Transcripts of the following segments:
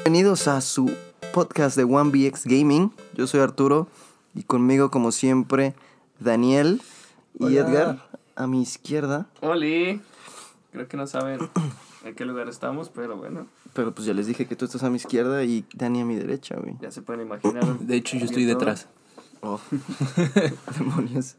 Bienvenidos a su podcast de 1BX Gaming. Yo soy Arturo y conmigo, como siempre, Daniel. Hola. Y Edgar a mi izquierda. Oli, creo que no saben en qué lugar estamos, pero bueno, Pero pues ya les dije que tú estás a mi izquierda y Dani a mi derecha, güey. ya se pueden imaginar. De hecho, yo estoy Bien todo. detrás. Oh, demonios.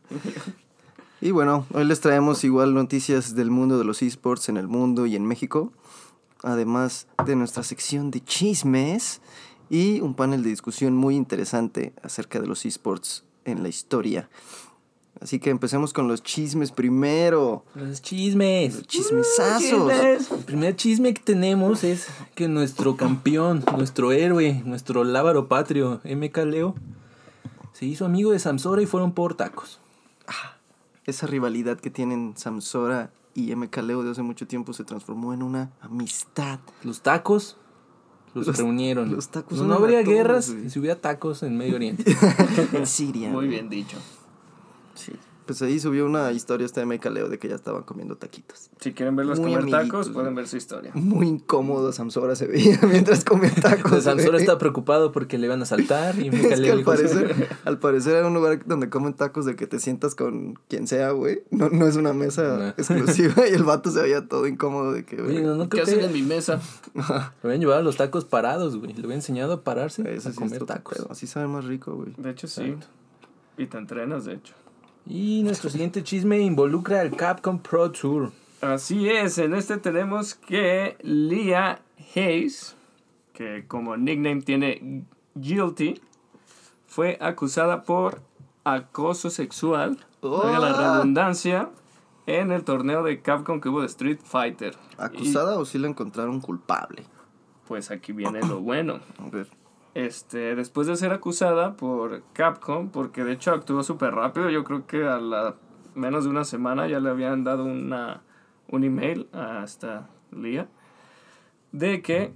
Y bueno, hoy les traemos igual noticias del mundo de los esports en el mundo y en México. Además de nuestra sección de chismes y un panel de discusión muy interesante acerca de los esports en la historia. Así que empecemos con los chismes primero. Los chismes. Los chismesazos. El primer chisme que tenemos es que nuestro campeón, nuestro héroe, nuestro lábaro patrio, MK Leo, se hizo amigo de Samsora y fueron por tacos. Esa rivalidad que tienen Samsora y MK Leo de hace mucho tiempo se transformó en una amistad. Los tacos los reunieron. los tacos no unen habría a todos, guerras güey. si hubiera tacos en Medio Oriente. En Siria. Muy güey. bien dicho. Sí. Pues ahí subió una historia esta de MK Leo de que ya estaban comiendo taquitos. Si quieren verlos Muy comer amiguitos, tacos, güey. pueden ver su historia. Muy incómodo Samsora se veía mientras comía tacos. Pues Samsora güey. está preocupado porque le iban a asaltar y MK Es que Leo al dijo, al parecer era un lugar donde comen tacos de que te sientas con quien sea, güey. No es una mesa No. exclusiva y el vato se veía todo incómodo de que, oye, no ¿Qué creo hacen en que mi mesa? le habían llevado los tacos parados, güey. Le habían enseñado a pararse Eso a sí comer es otro tacos. pedo. Así sabe más rico, güey. De hecho, sí. Exacto. Y te entrenas, de hecho. Y nuestro siguiente chisme involucra al Capcom Pro Tour. Así es, en este tenemos que Leah Hayes, que como nickname tiene Guilty, fue acusada por acoso sexual, valga la redundancia, en el torneo de Capcom que hubo de Street Fighter. ¿Acusada o sí la encontraron culpable? Y, pues aquí viene lo bueno. A ver. Después de ser acusada por Capcom, porque de hecho actuó súper rápido, yo creo que a la menos de una semana ya le habían dado un email a esta Leah de que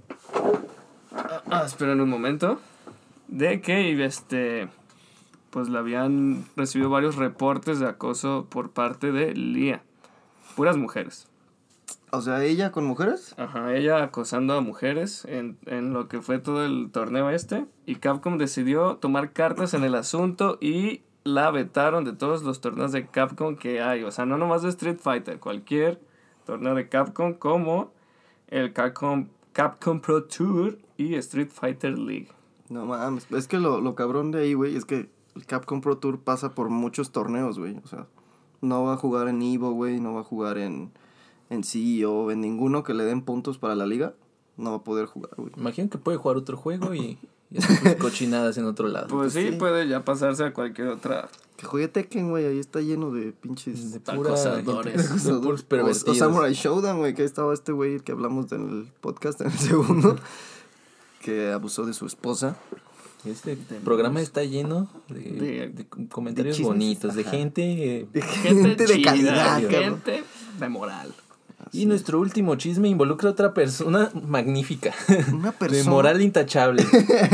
esperen un momento, de que pues le habían recibido varios reportes de acoso por parte de Leah, puras mujeres. O sea, ¿ella con mujeres? Ajá, ella acosando a mujeres en lo que fue todo el torneo y Capcom decidió tomar cartas en el asunto y la vetaron de todos los torneos de Capcom que hay, o sea, no nomás de Street Fighter, cualquier torneo de Capcom como el Capcom Pro Tour y Street Fighter League. No mames. Es que lo cabrón de ahí, güey, es que el Capcom Pro Tour pasa por muchos torneos, güey. O sea, no va a jugar en Evo, güey, no va a jugar en CEO, en ninguno que le den puntos para la liga, no va a poder jugar, güey. Imagino que puede jugar otro juego y hacer sus cochinadas en otro lado. Pues sí, sí. puede ya pasarse a cualquier otra. Que juegue Tekken, güey, ahí está lleno de pinches... De pura acosadores. gente, de puros O pervertidos. Samurai Showdown, güey, que ahí estaba este güey que hablamos del podcast en el segundo, que abusó de su esposa. Este programa está lleno de comentarios de chismes, bonitos, de ajá. gente. Gente de chida, calidad, cabrón. gente de moral. Y nuestro último chisme involucra a otra persona magnífica. Una De persona... moral intachable.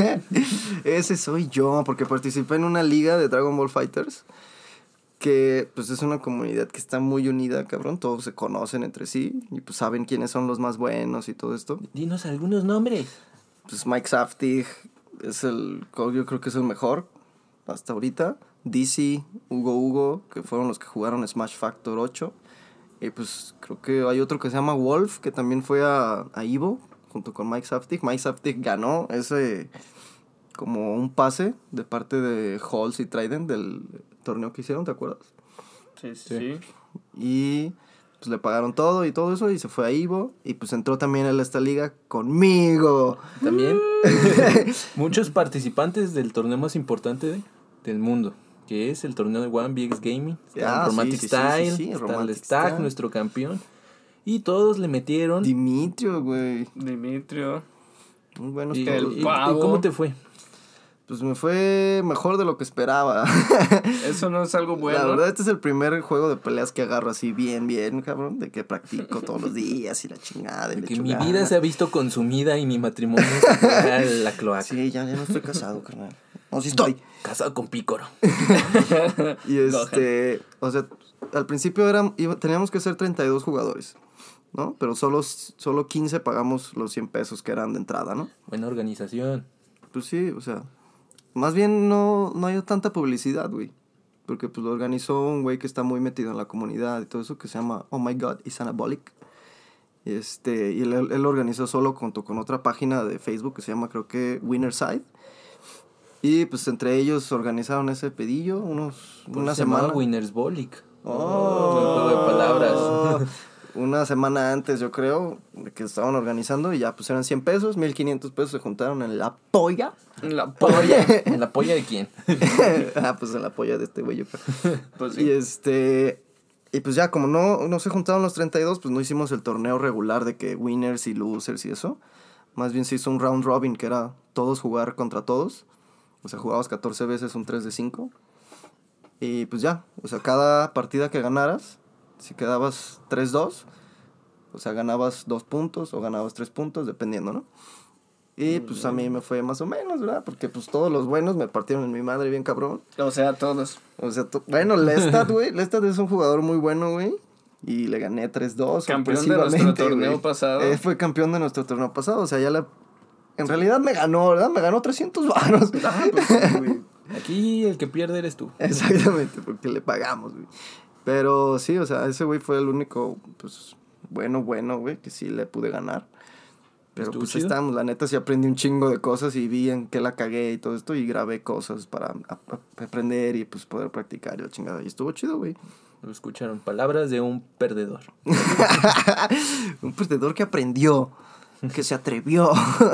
Ese soy yo, porque participé en una liga de Dragon Ball Fighters, que pues es una comunidad que está muy unida, cabrón, todos se conocen entre sí, y pues saben quiénes son los más buenos y todo esto. Dinos algunos nombres. Pues Mike Saftig es yo creo que es el mejor hasta ahorita. DC, Hugo, que fueron los que jugaron Smash Factor 8. Y pues creo que hay otro que se llama Wolf, que también fue a Evo, junto con Mike Saftig. Mike Saftig ganó ese como un pase de parte de Halls y Trident del torneo que hicieron, ¿te acuerdas? Sí. Y pues le pagaron todo y todo eso y se fue a Evo. Y pues entró también a esta liga conmigo. También muchos participantes del torneo más importante del mundo, que es el torneo de 1BX Gaming. Está Romantic Style, sí, está Romantic el Stack, Style. nuestro campeón. Y todos le metieron. Dimitrio, güey. Dimitrio. Muy buenos ¿Y, todos. y pavo. cómo te fue? Pues me fue mejor de lo que esperaba. Eso no es algo bueno. La verdad, este es el primer juego de peleas que agarro así bien, cabrón. De que practico todos los días y la chingada. Y le Que echo mi ganas. vida se ha visto consumida y mi matrimonio se fue a la cloaca. Sí, ya no estoy casado, carnal. No, sí estoy. Casado con Pícoro. Y o sea, al principio teníamos que ser 32 jugadores. ¿no? Pero solo 15 pagamos los 100 pesos que eran de entrada, ¿no? Buena organización. Pues sí, o sea, más bien no hay tanta publicidad, güey. Porque pues lo organizó un güey que está muy metido en la comunidad y todo eso, que se llama Oh My God, It's Anabolic. Y él lo organizó solo junto con otra página de Facebook que se llama, creo que, Winner Side. Y pues entre ellos organizaron ese pedillo una semana. Winners Bolic. Oh, Buen juego de palabras. Una semana antes, yo creo, de que estaban organizando y ya pues eran 100 pesos, 1,500 pesos se juntaron en la polla. ¿En la polla? ¿En la polla de quién? Pues en la polla de este güey, yo creo. Pues sí. Y pues ya, como no se juntaron los 32, pues no hicimos el torneo regular de que winners y losers y eso. Más bien se hizo un round robin, que era todos jugar contra todos. O sea, jugabas 14 veces un 3 de 5. Y pues ya, o sea, cada partida que ganaras, si quedabas 3-2, o sea, ganabas 2 puntos o ganabas 3 puntos, dependiendo, ¿no? Y pues a mí me fue más o menos, ¿verdad? Porque pues todos los buenos me partieron en mi madre bien cabrón. O sea, todos. O sea, bueno, Lestat, güey. Lestat es un jugador muy bueno, güey. Y le gané 3-2. Campeón de nuestro torneo pasado. Fue campeón de nuestro torneo pasado. O sea, en realidad me ganó, ¿verdad? Me ganó 300 varos. Ah, pues sí, güey. Aquí el que pierde eres tú. Exactamente, porque le pagamos, güey. Pero sí, o sea, ese güey fue el único, pues, bueno, güey, que sí le pude ganar. Pero pues ahí estábamos, la neta sí aprendí un chingo de cosas y vi en qué la cagué y todo esto y grabé cosas para aprender y pues poder practicar y la chingada. Y estuvo chido, güey. Lo escucharon, palabras de un perdedor. Un perdedor que aprendió, que se atrevió.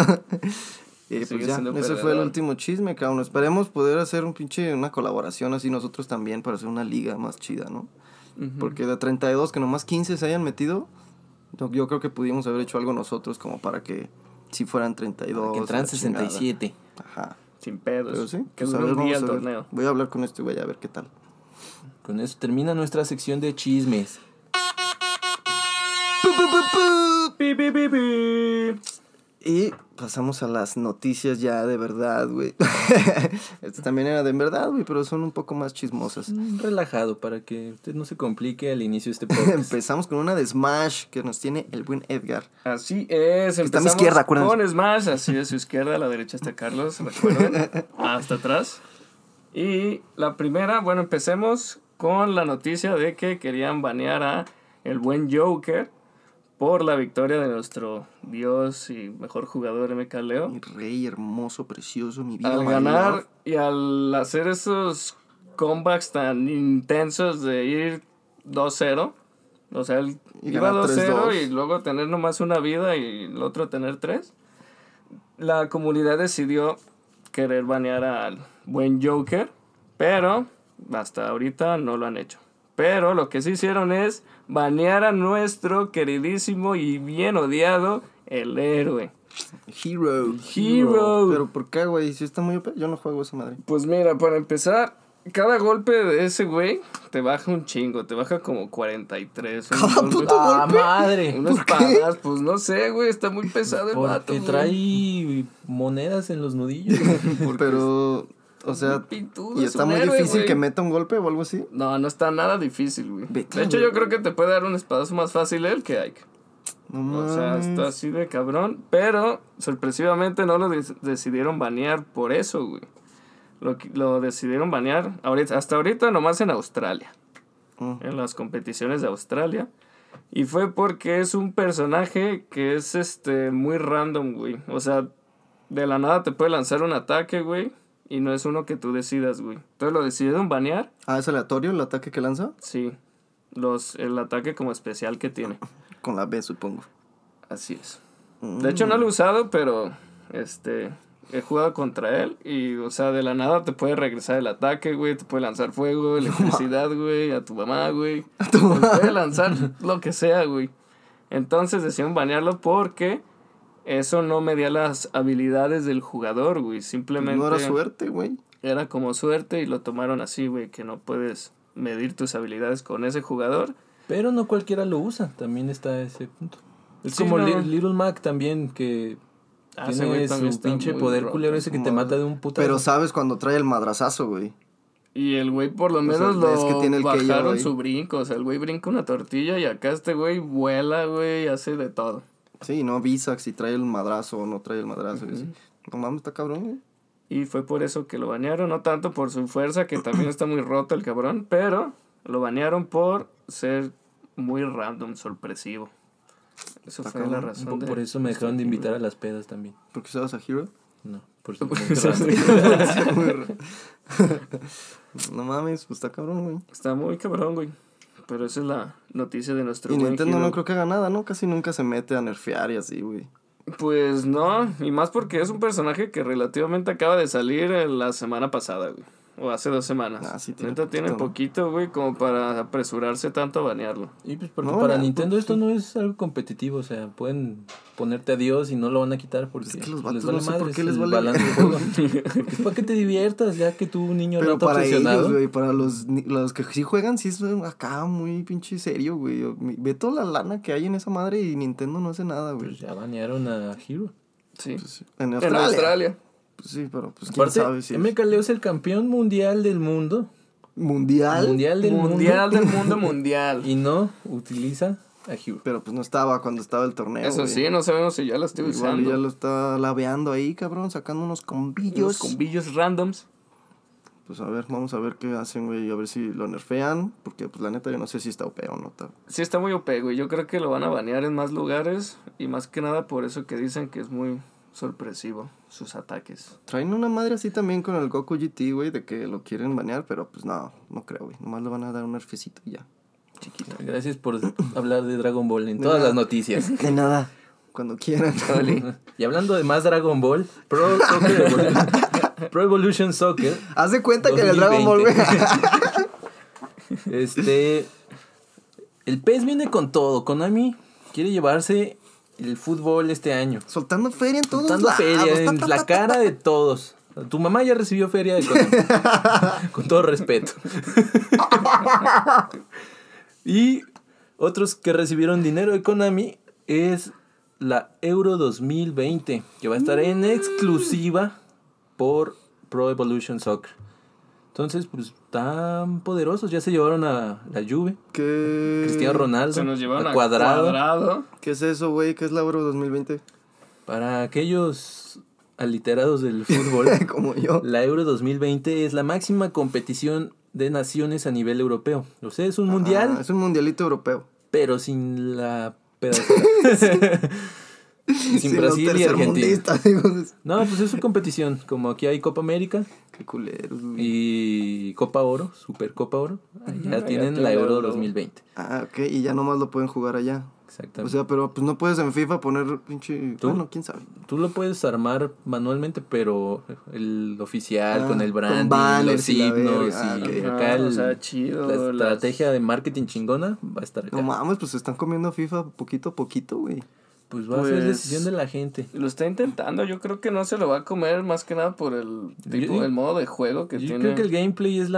Y pues ya, ese fue el último chisme, cabrón. Esperemos poder hacer una colaboración así nosotros también para hacer una liga más chida, ¿no? Uh-huh. Porque de 32 que nomás 15 se hayan metido, yo creo que pudimos haber hecho algo nosotros como para que si fueran 32. Para que entran 67. Ajá. Sin pedos. Pero sí, que pues dure un día el torneo. Voy a hablar con este güey a ver qué tal. Con eso termina nuestra sección de chismes. Y pasamos a las noticias ya de verdad, güey. Esto también era de verdad, güey, pero son un poco más chismosas. Relajado, para que usted no se complique al inicio de este podcast. Empezamos con una de Smash que nos tiene el buen Edgar. Así es, está a mi izquierda, acuérdense. Con Smash, así de su izquierda, a la derecha está Carlos, recuerden, hasta atrás. Y la primera, bueno, empecemos con la noticia de que querían banear a el buen Joker por la victoria de nuestro dios y mejor jugador MK Leo. Mi rey hermoso, precioso, mi vida. Al ganar y al hacer esos comebacks tan intensos de ir 2-0. O sea, él iba 2-0 y luego tener nomás una vida y el otro tener 3. La comunidad decidió querer banear al buen Joker, pero hasta ahorita no lo han hecho. Pero lo que sí hicieron es banear a nuestro queridísimo y bien odiado, el héroe. Hero. Pero ¿por qué, güey? Si está muy OP, yo no juego esa madre. Pues mira, para empezar, cada golpe de ese güey te baja un chingo. Te baja como 43. ¿Cada puto golpe? ¡Madre! Unas pagas, pues no sé, güey. Está muy pesado el vato. Porque trae monedas en los nudillos. Pero... O sea, pintudo, ¿y está muy difícil que meta un golpe o algo así? No, no está nada difícil, güey. De hecho, yo creo que te puede dar un espadazo más fácil él que Ike. No, o sea, está así de cabrón. Pero, sorpresivamente, no lo decidieron banear por eso, güey. Lo decidieron banear hasta ahorita nomás en Australia. En las competiciones de Australia. Y fue porque es un personaje que es muy random, güey. O sea, de la nada te puede lanzar un ataque, güey. Y no es uno que tú decidas, güey. Entonces lo decidieron banear. Ah, ¿es aleatorio el ataque que lanza? Sí. El ataque como especial que tiene. Con la B, supongo. Así es. De hecho, no lo he usado, pero he jugado contra él. Y, o sea, de la nada te puede regresar el ataque, güey. Te puede lanzar fuego, electricidad, güey. A tu mamá, güey. Te puede lanzar lo que sea, güey. Entonces decidieron banearlo porque... eso no medía las habilidades del jugador, güey. Simplemente... no era suerte, güey. Era como suerte y lo tomaron así, güey. Que no puedes medir tus habilidades con ese jugador. Pero no cualquiera lo usa. También está ese punto. Es sí, como no. Little Mac también, que tiene su pinche poder culero ese que te mata de un putazo. Pero sabes cuando trae el madrazazo, güey. Y el güey por lo sea, menos es que tiene lo el que yo, bajaron güey. su brinco. O sea, el güey brinca una tortilla y acá este güey vuela, güey, hace de todo. Sí, no avisa si trae el madrazo o no trae el madrazo. Y así. No mames, está cabrón, güey. Y fue por eso que lo banearon, no tanto por su fuerza, que también está muy roto el cabrón, pero lo banearon por ser muy random, sorpresivo. Eso Está fue la cabrón. razón de... Por eso me dejaron de invitar a las pedas también. ¿Por qué usabas a Hero? No, por eso. No mames, pues está cabrón, güey. Está muy cabrón, güey. Pero esa es la noticia de nuestro Y buen Nintendo Hero. no creo que haga nada, ¿no? Casi nunca se mete a nerfear y así, güey. Pues no, y más porque es un personaje que relativamente acaba de salir la semana pasada, güey. O hace 2 semanas. Ah, sí, tiene Neta tiene poquito, ¿no? poquito, güey, como para apresurarse tanto a banearlo. Y pues porque No, para no, Nintendo pues, esto sí. no es algo competitivo, o sea, pueden ponerte adiós y no lo van a quitar porque Es que los les vatos vale no sé por madre, qué es les el vale balance del juego. Porque es para que te diviertas, ya que tú, niño Pero rato para obsesionado. ellos, güey, para los que sí juegan, sí es acá muy pinche serio, güey. Ve toda la lana que hay en esa madre y Nintendo no hace nada, güey. Pues ya banearon a Hero. Sí. Pues, en En Australia. Australia. Pues sí, pero pues quién Aparte, sabe si es MK Leo es el campeón mundial del mundo. mundial. Mundial del Mundial mundo. del mundo mundial. Y no utiliza a Hero. Pero pues no estaba cuando estaba el torneo, Eso güey. sí, no sabemos si ya lo estoy Igual usando. ya lo está labeando ahí, cabrón, sacando unos combillos. Los combillos randoms. Pues a ver, vamos a ver qué hacen, güey, a ver si lo nerfean, porque pues la neta yo no sé si está OP o no está. Sí está muy OP, güey. Yo creo que lo van a banear en más lugares. Y más que nada por eso que dicen que es muy sorpresivo sus ataques. Traen una madre así también con el Goku GT, güey, de que lo quieren banear, pero pues no creo, güey. Nomás le van a dar un nerfecito y ya. Chiquito. Gracias por hablar de Dragon Ball en De todas nada. las noticias. De nada. Cuando quieran. Y hablando de más Dragon Ball, Pro Evolution Soccer. Haz de cuenta que en el Dragon Ball, güey. 2020. El PES viene con todo. Konami quiere llevarse el fútbol este año. Soltando feria en todos Dando lados. feria en la cara de todos. Tu mamá ya recibió feria de Konami. Con todo respeto. Y otros que recibieron dinero de Konami es la Euro 2020, que va a estar en exclusiva por Pro Evolution Soccer. Entonces, pues, tan poderosos. Ya se llevaron a la Juve, Cristiano Ronaldo, Se nos llevaron a Cuadrado. ¿Qué es eso, güey? ¿Qué es la Euro 2020? Para aquellos aliterados del fútbol, Como yo. la Euro 2020 es la máxima competición de naciones a nivel europeo. O sea, es un mundial, Ah, es un mundialito europeo. pero sin la pedacera. Sin Sí, Brasil los y Argentina. tercermundistas, digo, No, pues es su competición. Como aquí hay Copa América qué culeros, güey. y Copa Oro, Supercopa Oro. Allá allá tienen tiene la la Euro Euro. 2020. Ah, ok, y ya nomás lo pueden jugar allá. O Exactamente. sea, pero pues no puedes en FIFA poner pinche... ¿Tú? Bueno, quién sabe. Tú lo puedes armar manualmente, pero el oficial Ah, con el con branding, banners los y la himnos verga. Ah, y ok. acá O sea, chido. la las- estrategia de marketing chingona va a estar acá. No mames, pues se están comiendo FIFA poquito a poquito, güey. Pues va a ser Pues- decisión de la gente. Lo está intentando, yo creo que no se lo va a comer más que nada por el tipo, el modo de juego que Yo tiene. creo que el gameplay es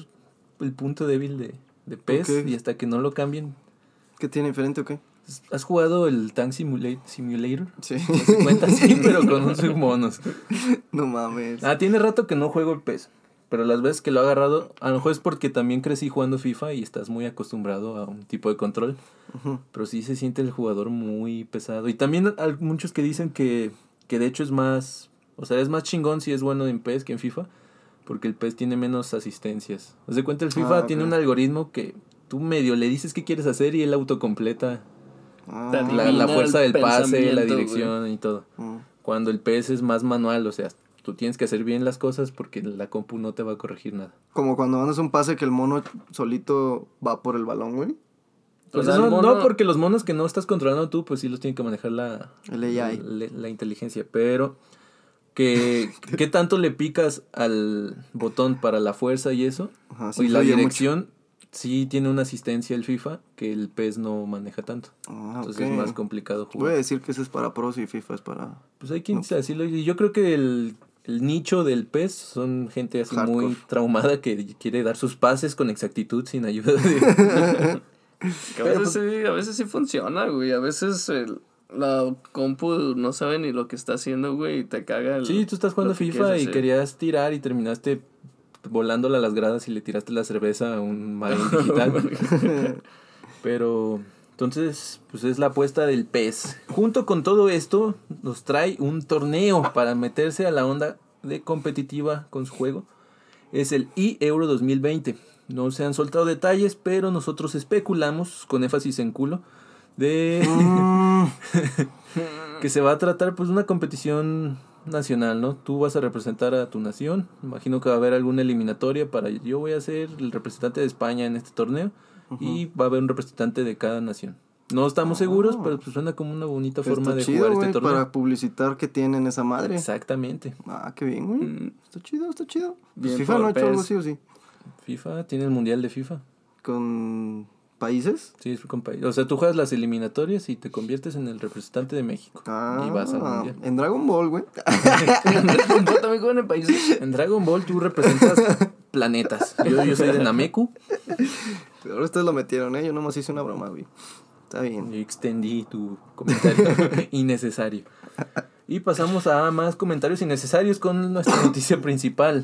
el punto débil de PES Ok. y hasta que no lo cambien. ¿Qué tiene diferente o qué? ¿Has jugado el Tank Simulator? Sí. No se cuenta así, pero con un submonos. No mames. Tiene rato que no juego el PES. Pero las veces que lo he agarrado, a lo mejor es porque también crecí jugando FIFA y estás muy acostumbrado a un tipo de control. Ujú. Pero sí se siente el jugador muy pesado. Y también hay muchos que dicen que de hecho es más... O sea, es más chingón si es bueno en PES que en FIFA. Porque el PES tiene menos asistencias. Haz de cuenta, el FIFA ok. tiene un algoritmo que tú medio le dices qué quieres hacer y él autocompleta Ah, Tan- la Adivina fuerza el del pase, la pensamiento, dirección y todo. mm. Cuando el PES es más manual, o sea, tú tienes que hacer bien las cosas porque la compu no te va a corregir nada. Como cuando mandas un pase que el mono solito va por el balón, güey. Pues sea, no, el mono- no, porque los monos que no estás controlando tú, pues sí los tiene que manejar El AI. la inteligencia. Pero ¿qué tanto le picas al botón para la fuerza y eso? Ajá, sí y la influye dirección sí tiene una asistencia el FIFA que el PES no maneja tanto. Ah, Entonces ok. es más complicado Voy a jugar. decir que ese es para pros y FIFA es para... Pues hay quien así lo... Y yo creo que el nicho del PES son gente así Hardcore. muy traumada que quiere dar sus pases con exactitud sin ayuda de... Que a veces sí funciona, güey. A veces la compu no sabe ni lo que está haciendo, güey, y te caga el... Sí, tú estás jugando lo que FIFA quieres y hacer. querías tirar y terminaste volándola a las gradas y le tiraste la cerveza a un marín digital. Pero entonces, pues es la apuesta del PES. Junto con todo esto, nos trae un torneo para meterse a la onda de competitiva con su juego. Es el eEuro 2020. No se han soltado detalles, pero nosotros especulamos, con énfasis en culo, de que se va a tratar pues una competición nacional, ¿no? Tú vas a representar a tu nación. Imagino que va a haber alguna eliminatoria para... Yo voy a ser el representante de España en este torneo. Y va a haber un representante de cada nación. No estamos seguros, pero pues suena como una bonita forma de chido, jugar este torneo. Para publicitar que tienen esa madre. Exactamente. Qué bien, güey. Está chido, está chido. Bien FIFA por no ha hecho PES. algo así o sí. FIFA, tiene el mundial de FIFA. ¿Con países? Sí, es con país. O sea, tú juegas las eliminatorias y te conviertes en el representante de México. Y vas al mundial. En Dragon Ball, güey. También juegan en países. En Dragon Ball tú representas planetas. Yo soy de Nameku. Pero ahora ustedes lo metieron, ¿eh? Yo nomás hice una broma, güey. Está bien. Y extendí tu comentario innecesario. Y pasamos a más comentarios innecesarios con nuestra noticia principal.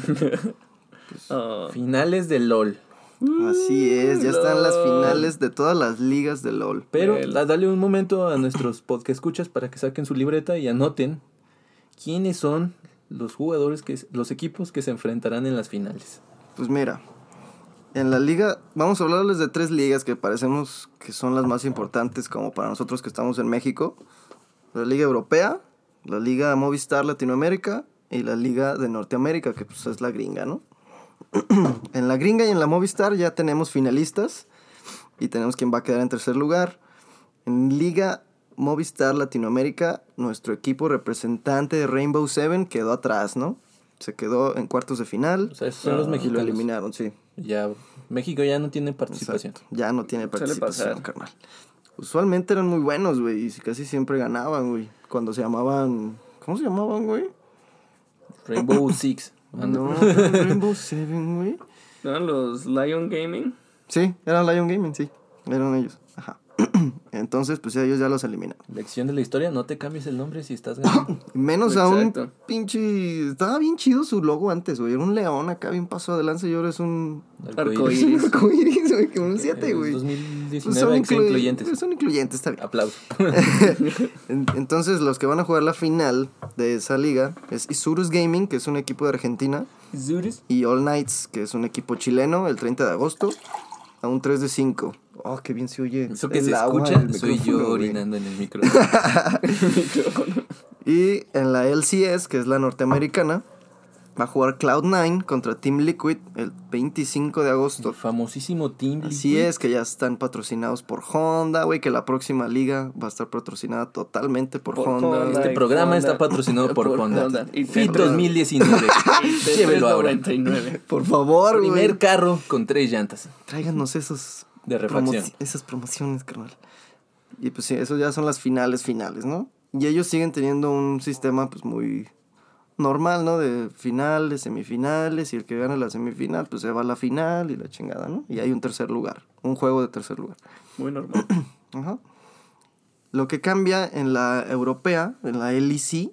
Finales de LOL. Así es, ya están las finales de todas las ligas de LOL. Pero dale un momento a nuestros podcast escuchas para que saquen su libreta y anoten quiénes son los jugadores, los equipos que se enfrentarán en las finales. Pues mira, en la liga, vamos a hablarles de 3 ligas que parecemos que son las más importantes como para nosotros que estamos en México. La Liga Europea, la Liga Movistar Latinoamérica y la Liga de Norteamérica, que pues es la gringa, ¿no? En la gringa y en la Movistar ya tenemos finalistas y tenemos quién va a quedar en tercer lugar. En Liga Movistar Latinoamérica, nuestro equipo representante de Rainbow Seven quedó atrás, ¿no? Se quedó en cuartos de final. O sea, esos son los Y mexicanos. lo eliminaron, sí. Ya, México ya no tiene participación. Exacto. Ya no tiene Suele participación, pasar. carnal. Usualmente eran muy buenos, güey, y casi siempre ganaban, güey. Cuando se llamaban... ¿Cómo se llamaban, güey? Rainbow Six. No, eran Rainbow Seven, güey. ¿No? Los Lion Gaming. Sí, eran Lion Gaming, sí. Eran ellos. Ajá. Entonces, pues ellos ya los eliminaron. Lección de la historia, no te cambies el nombre si estás ganando. Menos a un Exacto. pinche... Estaba bien chido su logo antes, güey. Era un león acá bien paso adelante y ahora es un... Arcoíris. Es un arcoíris, güey, como un 7, güey. 2019 incluyentes. Son incluyentes, está bien. Aplausos. Entonces, los que van a jugar la final de esa liga es Isurus Gaming, que es un equipo de Argentina, Zuris. y All Knights, que es un equipo chileno, el 30 de agosto, a un 3 de 5. Oh, qué bien se oye. Eso que el se agua escucha, en el soy micrófono, yo güey. orinando en el micro. Y en la LCS, que es la norteamericana, va a jugar Cloud9 contra Team Liquid el 25 de agosto. El famosísimo Team Así Liquid. es, que ya están patrocinados por Honda, güey, que la próxima liga va a estar patrocinada totalmente por Honda. Este Ay, programa Honda. está patrocinado por Honda. Y FIT Tetris. 2019. Llévelo ahora. 99. Por favor, güey. Primer carro con 3 llantas. Tráiganos esos De refacción. esas promociones, carnal. Y pues sí, eso ya son las finales, ¿no? Y ellos siguen teniendo un sistema pues muy normal, ¿no? De finales, semifinales, y el que gana la semifinal pues se va a la final y la chingada, ¿no? Y hay un tercer lugar, un juego de tercer lugar. Muy normal. Ajá. Lo que cambia en la europea, en la LEC,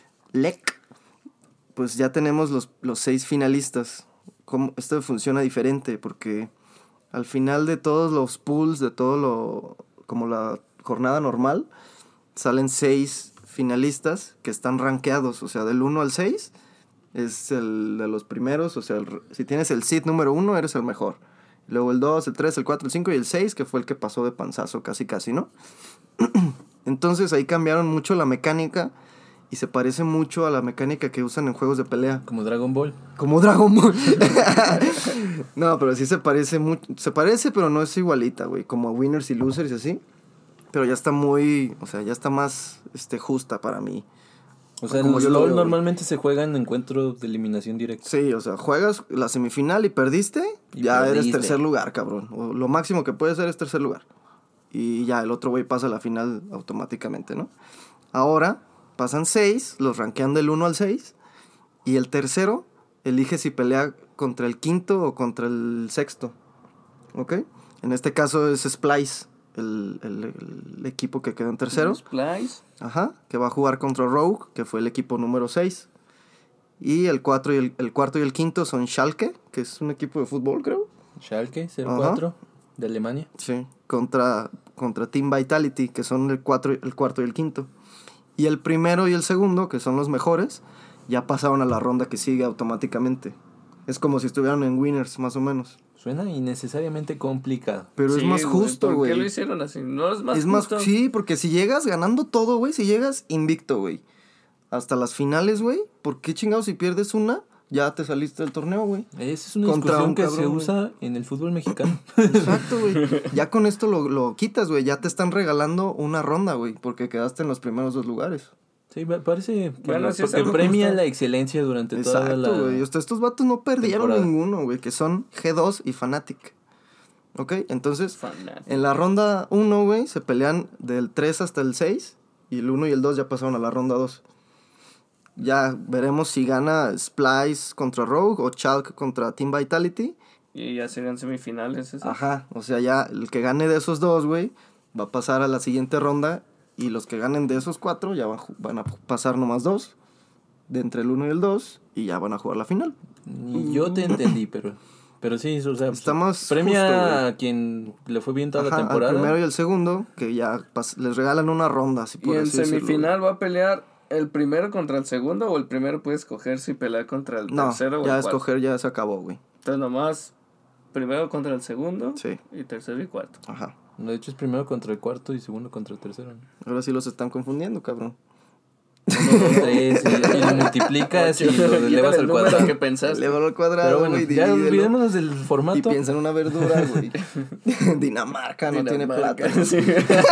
pues ya tenemos los 6 finalistas. Esto funciona diferente porque al final de todos los pools, de todo lo... como la jornada normal, salen 6 finalistas que están rankeados, o sea, del 1 al 6 es el de los primeros, o sea, si tienes el seed número 1 eres el mejor. Luego el 2, el 3, el 4, el 5 y el 6, que fue el que pasó de panzazo casi, ¿no? Entonces ahí cambiaron mucho la mecánica y se parece mucho a la mecánica que usan en juegos de pelea. Como Dragon Ball. Como Dragon Ball. No, pero sí se parece mucho. Se parece, pero no es igualita, güey. Como a Winners y Losers y así. Pero ya está muy... O sea, ya está más justa para mí. O sea, en Como los yo lo LOL veo, normalmente se juegan encuentros de eliminación directa. Sí, o sea, juegas la semifinal y perdiste, Y ya eres perdiste. tercer lugar, cabrón. O lo máximo que puedes ser es tercer lugar. Y ya el otro güey pasa a la final automáticamente, ¿no? Ahora pasan 6, los rankean del 1 al 6. Y el tercero elige si pelea contra el quinto o contra el sexto. ¿Ok? En este caso es Splice, el equipo que quedó en tercero. Splice. Ajá, que va a jugar contra Rogue, que fue el equipo número 6. Y el cuarto y el quinto son Schalke, que es un equipo de fútbol, creo. Schalke 04 de Alemania. Sí, contra Team Vitality, que son el cuarto y el quinto. Y el primero y el segundo, que son los mejores, ya pasaron a la ronda que sigue automáticamente. Es como si estuvieran en winners, más o menos. Suena innecesariamente complicado. Pero es más justo, ¿Por güey. qué lo hicieron así? ¿No es más justo? Sí, porque si llegas ganando todo, güey, si llegas invicto, güey, hasta las finales, güey, ¿por qué chingados si pierdes una, ya te saliste del torneo, güey? Esa es una Contra discusión un que cabrón, se güey. usa en el fútbol mexicano. Exacto, güey. Ya con esto lo quitas, güey. Ya te están regalando una ronda, güey, porque quedaste en los primeros 2 lugares. Sí, parece que Bueno, sí es porque algo premia justo. la excelencia durante toda la Exacto, güey. Estos vatos no perdieron temporada. ninguno, güey, que son G2 y Fnatic. ¿Ok? Entonces, Fnatic. en la ronda 1, güey, se pelean del 3 hasta el 6. Y el 1 y el 2 ya pasaron a la ronda 2. Ya veremos si gana Splice contra Rogue o Chalk contra Team Vitality. Y ya serían semifinales. ¿eso? Ajá, o sea, ya el que gane de esos dos, güey, va a pasar a la siguiente ronda. Y los que ganen de esos 4 ya van a pasar nomás 2. De entre el 1 y el 2. Y ya van a jugar la final. Ni yo te entendí, pero sí, o sea, Está más premia justo, güey. a quien le fue bien toda Ajá, la temporada. al primero y el segundo, que ya les regalan una ronda, así Y por en así decirlo. semifinal va a pelear el primero contra el segundo, o el primero puede escoger si pelear contra el No, tercero o el ya cuarto. escoger ya se acabó, güey. Entonces nomás primero contra el segundo Sí. y tercero y cuarto. Ajá. De hecho es primero contra el cuarto y segundo contra el tercero. ¿No? Ahora sí los están confundiendo, cabrón. 1, 2, 3, y lo multiplicas y lo Quítale elevas el al número cuadrado. que pensaste. Lévalo al cuadrado, Pero bueno, güey, ya divídelo. olvidémonos del Y formato. piensa en una verdura, güey. Dinamarca no tiene Dinamarca, plata. sí.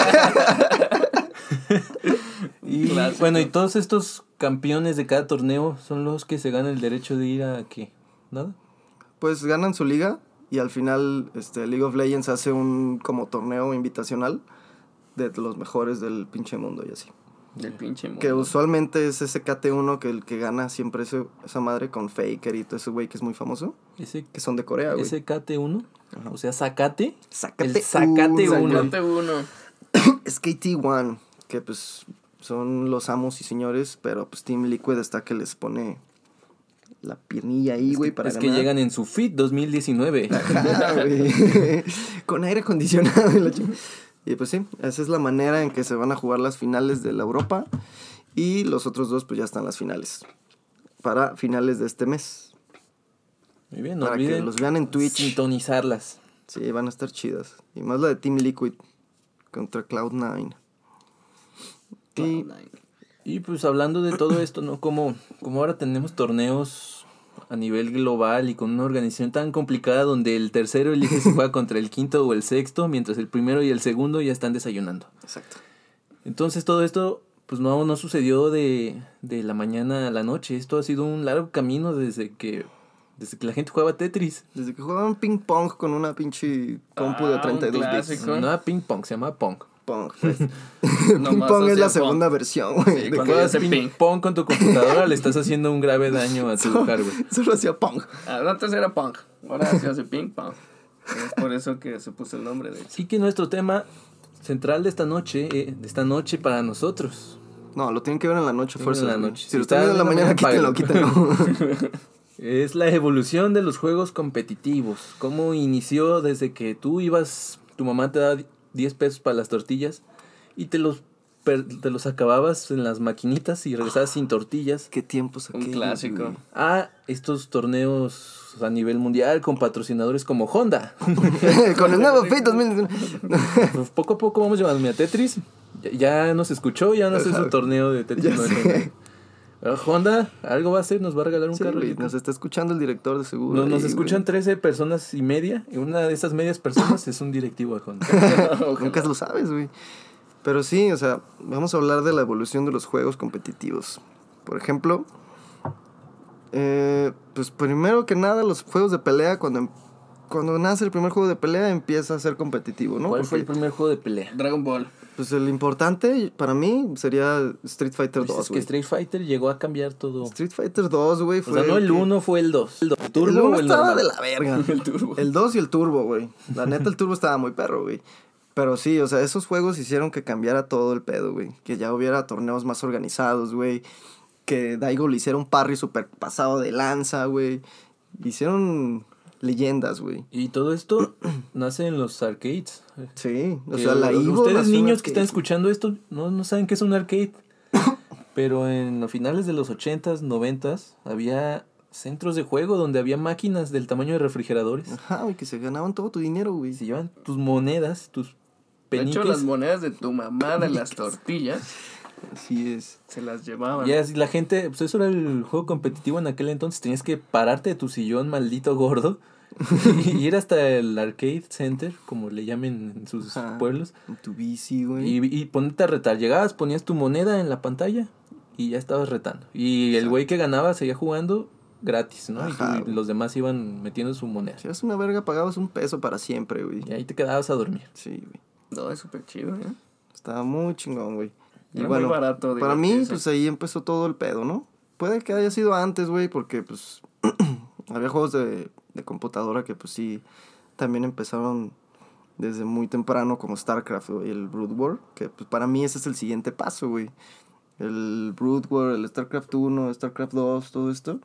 Y Clásico. bueno, y todos estos campeones de cada torneo son los que se ganan el derecho de ir a ¿qué? ¿Nada? Pues ganan su liga y al final League of Legends hace un como torneo invitacional de los mejores del pinche mundo y así. Del pinche mundo. Que usualmente es ese KT1 que el que gana siempre esa madre con Faker y todo ese güey que es muy famoso, Ese que son de Corea, güey. SKT1, o sea, Zacate. Zacate El Zacate uno. uno. Sacate uno. Es KT1, que pues son los amos y señores, pero pues Team Liquid está que les pone la piernilla ahí, güey, para Es ganar. que llegan en su Fit 2019. Ajá, güey. Con aire acondicionado y la y pues sí, esa es la manera en que se van a jugar las finales de la Europa. Y los otros dos pues ya están las finales. Para finales de este mes. Muy bien, no Para que olviden los vean en Twitch. sintonizarlas. Sí, van a estar chidas. Y más la de Team Liquid contra Cloud9. Y Y pues hablando de todo esto, ¿no? Como ahora tenemos torneos a nivel global y con una organización tan complicada donde el tercero elige si juega contra el quinto o el sexto, mientras el primero y el segundo ya están desayunando. exacto. Entonces todo esto pues no sucedió de la mañana a la noche. Esto ha sido un largo camino desde que la gente jugaba Tetris. Desde que jugaban ping pong con una pinche compu de un 32 bits. clásico. No era ping pong, se llama pong. Pong, pues. Ping Nomás pong es hacía la pong. segunda versión, güey. Sí, de cuando que Juegas hace ping ping. pong con tu computadora, le estás haciendo un grave daño a tu hardware. solo hacía pong. Antes era punk, ahora se hace ping pong. Es por eso que se puso el nombre de Así que nuestro tema central de esta noche para nosotros, No, lo tienen que ver en la noche, En fuerza. la güey. noche. Si Si lo están viendo en la mañana, quítenlo, quítenlo. es la evolución de los juegos competitivos. Cómo inició desde que tu mamá te daba 10 pesos para las tortillas y te los acababas en las maquinitas y regresabas sin tortillas. Qué tiempos un aquellos, clásico. güey. A estos torneos a nivel mundial con patrocinadores como Honda. Con el nuevo Fit 2019. Pues poco a poco vamos llevándome a Tetris. Ya nos escuchó, ya no hace su torneo de Tetris. Ya no sé. Honda. Pero Honda, algo va a hacer, nos va a regalar un Sí, carro. güey, nos está escuchando el director de seguro. Nos ahí, escuchan 13 personas y media. Y una de esas medias personas es un directivo de Honda. güey. Nunca lo sabes, güey. Pero sí, o sea, vamos a hablar de la evolución de los juegos competitivos. Por ejemplo, pues primero que nada, los juegos de pelea, cuando nace el primer juego de pelea, empieza a ser competitivo, ¿no? ¿Cuál fue el Porque, primer juego de pelea? Dragon Ball. pues el importante para mí sería Street Fighter Pues 2, es que güey. Street Fighter llegó a cambiar todo. Street Fighter 2, güey, O fue sea, no el que- 1, fue el 2. ¿El El turbo 1 o el estaba normal? de la verga. El turbo. El 2 y el turbo, güey. La neta, el turbo estaba muy perro, güey. Pero sí, o sea, esos juegos hicieron que cambiara todo el pedo, güey. Que ya hubiera torneos más organizados, güey. que Daigo le hiciera un parry súper pasado de lanza, güey. Hicieron leyendas, güey. Y todo esto nace en los arcades. Sí, o Que sea, la Evo ustedes nació en niños que arcade. están escuchando esto no saben qué es un arcade. Pero en los finales de los 80s, 90s, había centros de juego donde había máquinas del tamaño de refrigeradores. Ajá, güey, que se ganaban todo tu dinero, güey. Y se llevan tus monedas, tus De hecho, peniques. las monedas de tu mamá de las tortillas Así es. se las llevaban. Y así la gente, pues eso era el juego competitivo en aquel entonces. Tenías que pararte de tu sillón maldito gordo y ir hasta el arcade center, como le llamen en sus Ajá. pueblos. En tu bici, güey. Y ponerte a retar. Llegabas, ponías tu moneda en la pantalla y ya estabas retando. Y el güey que ganaba seguía jugando gratis, ¿no? Ajá, Y güey. los demás iban metiendo su moneda. Si eras una verga, pagabas $1 para siempre, güey. Y ahí te quedabas a dormir. Sí, güey. No, es súper chido, ¿eh? Estaba muy chingón, güey. Y Era bueno, muy barato. para mí, divertirse. pues ahí empezó todo el pedo, ¿no? Puede que haya sido antes, güey, porque pues había juegos de computadora que pues sí, también empezaron desde muy temprano, como StarCraft, güey, el Brood War, que pues para mí ese es el siguiente paso, güey. El Brood War, el StarCraft 1, StarCraft 2, todo esto.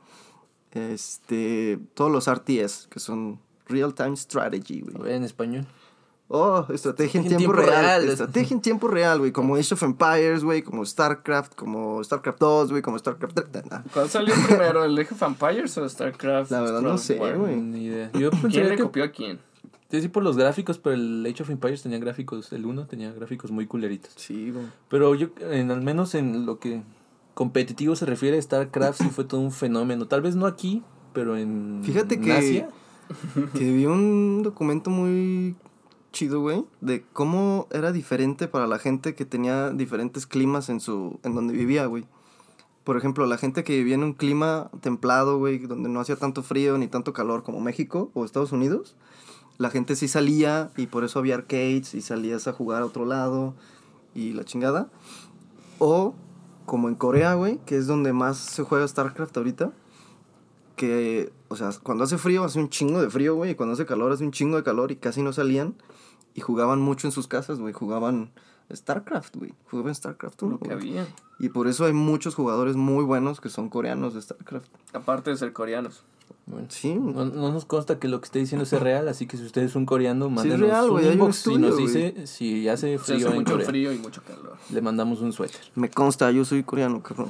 Todos los RTS, que son Real Time Strategy, A güey. ver, en español. Oh, estrategia en tiempo real. Estrategia en tiempo real, güey. Como Age of Empires, güey. Como StarCraft 2, güey. Como StarCraft 3. ¿Cuál salió primero, el Age of Empires o StarCraft? La verdad no sé, War? güey. Ni idea. Yo ¿Quién pensaría le que copió a quién? sí, por los gráficos, pero el Age of Empires tenía gráficos, el 1 tenía gráficos muy culeritos. Sí, güey. Pero yo, al menos en lo que competitivo se refiere, StarCraft sí fue todo un fenómeno. Tal vez no aquí, pero en Fíjate que, Asia. que vi un documento muy chido, güey. De cómo era diferente para la gente que tenía diferentes climas en donde vivía, güey. Por ejemplo, la gente que vivía en un clima templado, güey, donde no hacía tanto frío ni tanto calor como México o Estados Unidos, la gente sí salía y por eso había arcades y salías a jugar a otro lado y la chingada. O como en Corea, güey, que es donde más se juega StarCraft ahorita, que, o sea, cuando hace frío hace un chingo de frío, güey, y cuando hace calor hace un chingo de calor y casi no salían y jugaban mucho en sus casas, güey, jugaban StarCraft, güey, jugaban StarCraft 1, Lo que güey. había. Y por eso hay muchos jugadores muy buenos que son coreanos de StarCraft. Aparte de ser coreanos. Bueno, Sí, no nos consta que lo que esté diciendo sea real, así que si usted es un coreano, mándenos real, un güey, hay un inbox y estudio, nos güey. dice si hace Se frío hace en mucho Corea. frío y mucho calor. Le mandamos un suéter. me consta, yo soy coreano, cabrón.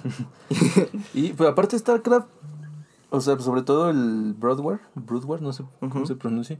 Y pues aparte de StarCraft, o sea, sobre todo el Brood War, no sé cómo Ujú. se pronuncia.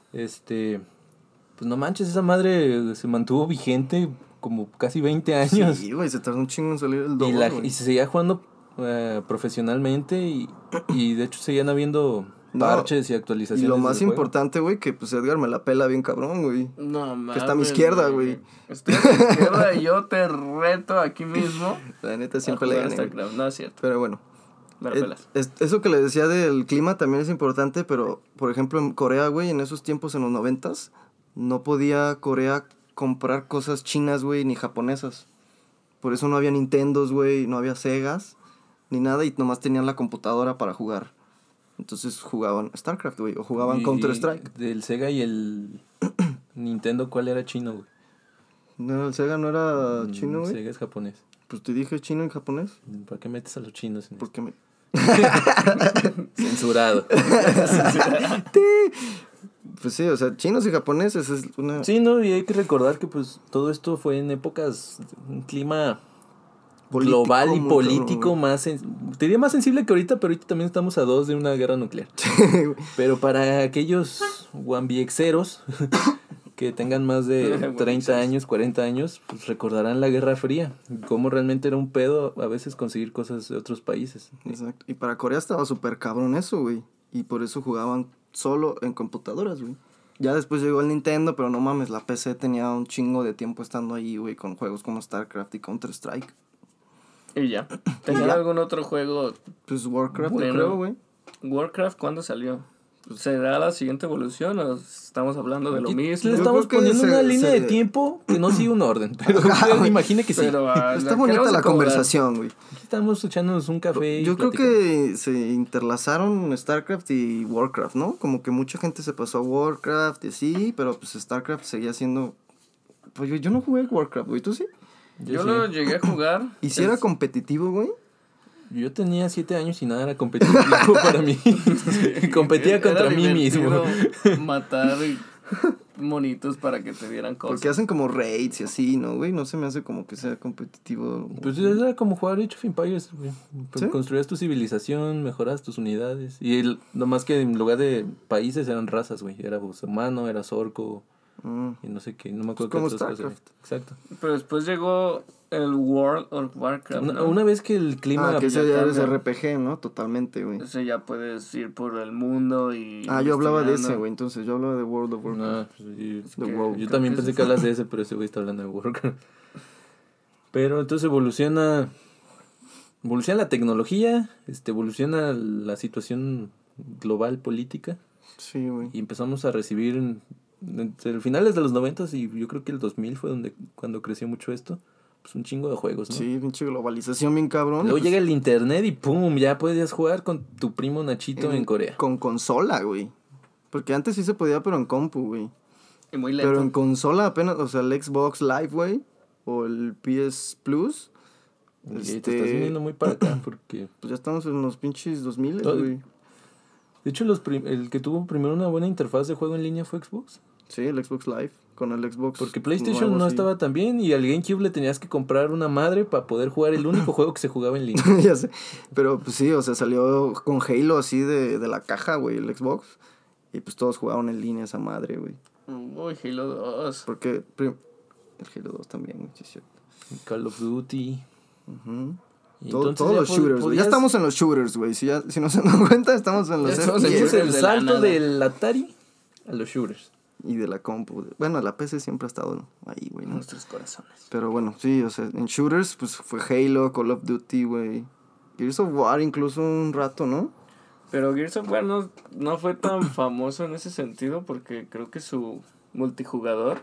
Pues no manches, esa madre se mantuvo vigente como casi 20 años. Sí, güey, se tardó un chingo en salir el y, 2, y se seguía jugando profesionalmente y de hecho seguían habiendo No, parches y Y actualizaciones lo del más juego. importante, güey, que pues Edgar me la pela bien cabrón, güey. No, mames. Que está a mi izquierda, güey. Estoy a mi izquierda y yo te reto aquí mismo. La neta a siempre le jugar gané, güey. StarCraft. No es cierto. Pero bueno. Me la pelas. Eso que le decía del clima también es importante, pero por ejemplo en Corea, güey, en esos tiempos en los 90s, no podía Corea comprar cosas chinas, güey, ni japonesas. Por eso no había Nintendos, güey, no había Segas, ni nada, y nomás tenían la computadora para jugar. Entonces jugaban StarCraft, güey, o jugaban Y Counter-Strike. Del Sega y el Nintendo, ¿cuál era chino, güey? No, el Sega no era chino, güey. Sega es japonés. Pues te dije chino en japonés. ¿Para qué metes a los chinos en Porque me... Censurado. Pues sí, o sea, chinos y japoneses es una... Sí, no, y hay que recordar que pues todo esto fue en épocas, un clima Político, global y muy político cabrón, más, te diría más sensible que ahorita, pero ahorita también estamos a 2 de una guerra nuclear. Pero para aquellos wambiexeros que tengan más de 30 años, 40 años, pues recordarán la Guerra Fría, cómo realmente era un pedo a veces conseguir cosas de otros países. Exacto. Y para Corea estaba súper cabrón eso, güey. Y por eso jugaban solo en computadoras, güey. Ya después llegó el Nintendo, pero no mames, la PC tenía un chingo de tiempo estando ahí, güey, con juegos como StarCraft y Counter-Strike. Y ya. ¿Tenían ya. algún otro juego? Pues Warcraft, Bueno. yo creo, güey. ¿Warcraft cuándo salió? ¿Será la siguiente evolución o estamos hablando de lo Aquí mismo? le estamos creo que poniendo una línea se- de tiempo que no sigue un orden, pero usted imagine que sí. Pero, Está bonita la conversación, güey. Aquí estamos echándonos un café y Yo creo platicando. que se interlazaron StarCraft y Warcraft, ¿no? Como que mucha gente se pasó a Warcraft y así, pero pues StarCraft seguía siendo... Pues yo no jugué Warcraft, güey, ¿tú sí? Yo lo llegué a jugar. ¿Y si era competitivo, güey? Yo tenía 7 años y nada era competitivo para mí. Competía contra Era mí mismo. divertido matar monitos para que te dieran cosas. Porque hacen como raids y así, ¿no, güey? No se me hace como que sea competitivo. Pues era como jugar Age of Empires, güey. ¿Sí? Construías tu civilización, mejoras tus unidades. Y nomás que en lugar de países eran razas, güey. Era humano, eras orco y no sé qué. No me acuerdo Como qué otras cosas eran. StarCraft. Exacto. Pero después llegó el World of Warcraft, ¿no? Una vez que el clima... Que ese ya es cambia. RPG, ¿no? Totalmente, güey. Ese ya puedes ir por el mundo y... Yo hablaba de ese, investigando. güey. Entonces, yo hablaba de World of Warcraft. No, pues, The que- WoW. yo también pensé que hablas de ese, pero ese güey está hablando de Warcraft. Pero entonces evoluciona la tecnología, evoluciona la situación global política Sí, güey. y empezamos a recibir entre finales de los 90 y yo creo que el 2000 fue cuando creció mucho esto, pues un chingo de juegos, ¿no? Sí, pinche globalización bien cabrón. Luego Pues, llega el internet y pum, ya podías jugar con tu primo Nachito en Corea. Con consola, güey. Porque antes sí se podía, pero en compu, güey. Y muy lento. Pero en consola apenas, o sea, el Xbox Live, güey. O el PS Plus. Y te estás viniendo muy para acá porque... Pues ya estamos en los pinches 2000, Todo- güey. De hecho, el que tuvo primero una buena interfaz de juego en línea fue Xbox. Sí, el Xbox Live. Con el Xbox. Porque PlayStation nuevo, no sí. estaba tan bien y al GameCube le tenías que comprar una madre para poder jugar el único juego que se jugaba en línea. Ya sé. Pero pues sí, o sea, salió con Halo así de la caja, güey, el Xbox. Y pues todos jugaron en línea esa madre, güey. Uy, Halo 2. Porque el Halo 2 también, güey, sí es cierto. Call of Duty. Ujú. Y Todos entonces ya los shooters, güey. Ya podías- estamos en los shooters, güey. Si no se dan cuenta, estamos en los Ya estamos en FPS. Hicimos el shooters de la salto nada. del Atari a los shooters. Y de la compu. Bueno, la PC siempre ha estado ahí, güey, ¿no? Nuestros corazones. Pero bueno, sí, o sea, en shooters, pues fue Halo, Call of Duty, güey. Gears of War incluso un rato, ¿no? Pero Gears of War no fue tan famoso en ese sentido porque creo que su multijugador,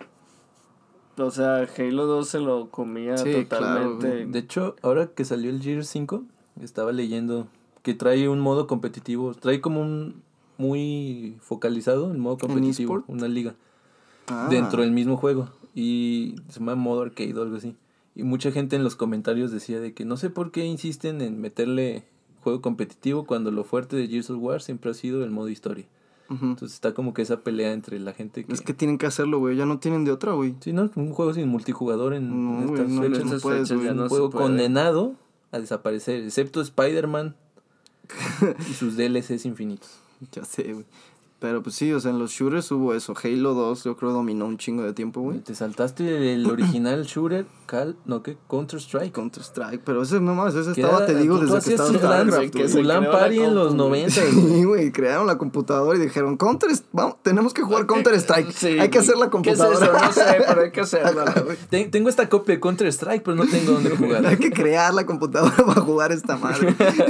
o sea, Halo 2 se lo comía Sí, totalmente. claro, De hecho, ahora que salió el Gears 5, estaba leyendo que trae un modo competitivo. Trae como un muy focalizado el modo competitivo, eSport? una liga. Ah. Dentro del mismo juego. Y se llama modo arcade o algo así. Y mucha gente en los comentarios decía de que no sé por qué insisten en meterle juego competitivo cuando lo fuerte de Gears of War siempre ha sido el modo historia. Ujú. Entonces está como que esa pelea entre la gente que... Es que tienen que hacerlo, güey. Ya no tienen de otra, güey. Sí, ¿no? Un juego sin multijugador en No, güey, estas no, fechas. no Esas puedes, fechas güey. ya Un no se juego puede. condenado a desaparecer, excepto Spider-Man y sus DLCs infinitos. Ya sé, güey. Pero pues sí, o sea, en los shooters hubo eso. Halo 2 yo creo dominó un chingo de tiempo, güey. Te saltaste el original shooter, Counter-Strike. Counter-Strike, pero ese no mames, ese Que estaba, era- te digo, tú desde que hacías estaba tu LAN, StarCraft, que güey. se tu LAN creó la party en compu, los güey. 90. Sí, güey, crearon la computadora y dijeron, vamos, tenemos que jugar Counter-Strike. Sí, hay que hacer la ¿Qué es eso? computadora. No sé, pero hay que hacerlo. Tengo esta copia de Counter-Strike, pero no tengo dónde jugar. Hay que crear la computadora para jugar esta madre.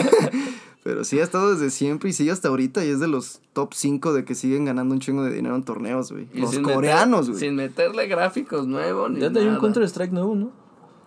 Pero sí ha estado desde siempre y sigue hasta ahorita y es de los top 5 de que siguen ganando un chingo de dinero en torneos, güey. Y Los sin coreanos, güey. Sin meterle gráficos nuevos ni Ya nada. hay un Counter-Strike nuevo, ¿no?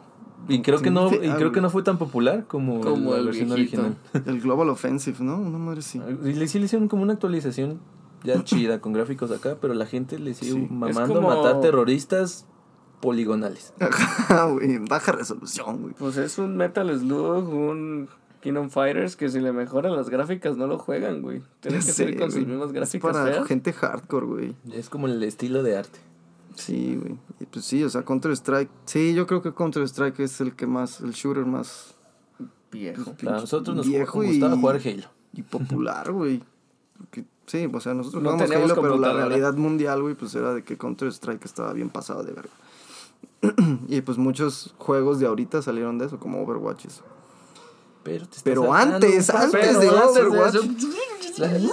Y creo que no, Sí, creo que no fue tan popular como la el versión viejito. original. El Global Offensive, ¿no? Una madre sí. Y sí le hicieron como una actualización ya chida con gráficos acá, pero la gente le sigue Sí. mamando Es como- matar terroristas poligonales. Ajá, güey. Baja resolución, güey. Pues es un Metal Slug, un Kingdom Fighters que si le mejoran las gráficas no lo juegan, güey. Tiene Ya que sé, ser con sus güey. mismas Es gráficas para feas. gente hardcore, güey. Es como el estilo de arte. Sí, güey. Y pues sí, o sea, Counter-Strike. Sí, yo creo que Counter-Strike es el shooter más Viejo. Para nosotros nos viejo gustaba y- jugar Halo. y popular, güey. Porque, sí, o sea, nosotros No jugamos teníamos Halo, pero la computadora. realidad mundial, güey, pues era de que Counter-Strike estaba bien pasado de verga. Y pues muchos juegos de ahorita salieron de eso, como Overwatch. y eso. Pero, te estás Pero saltando antes un paso. de Pero antes de Overwatch. eso-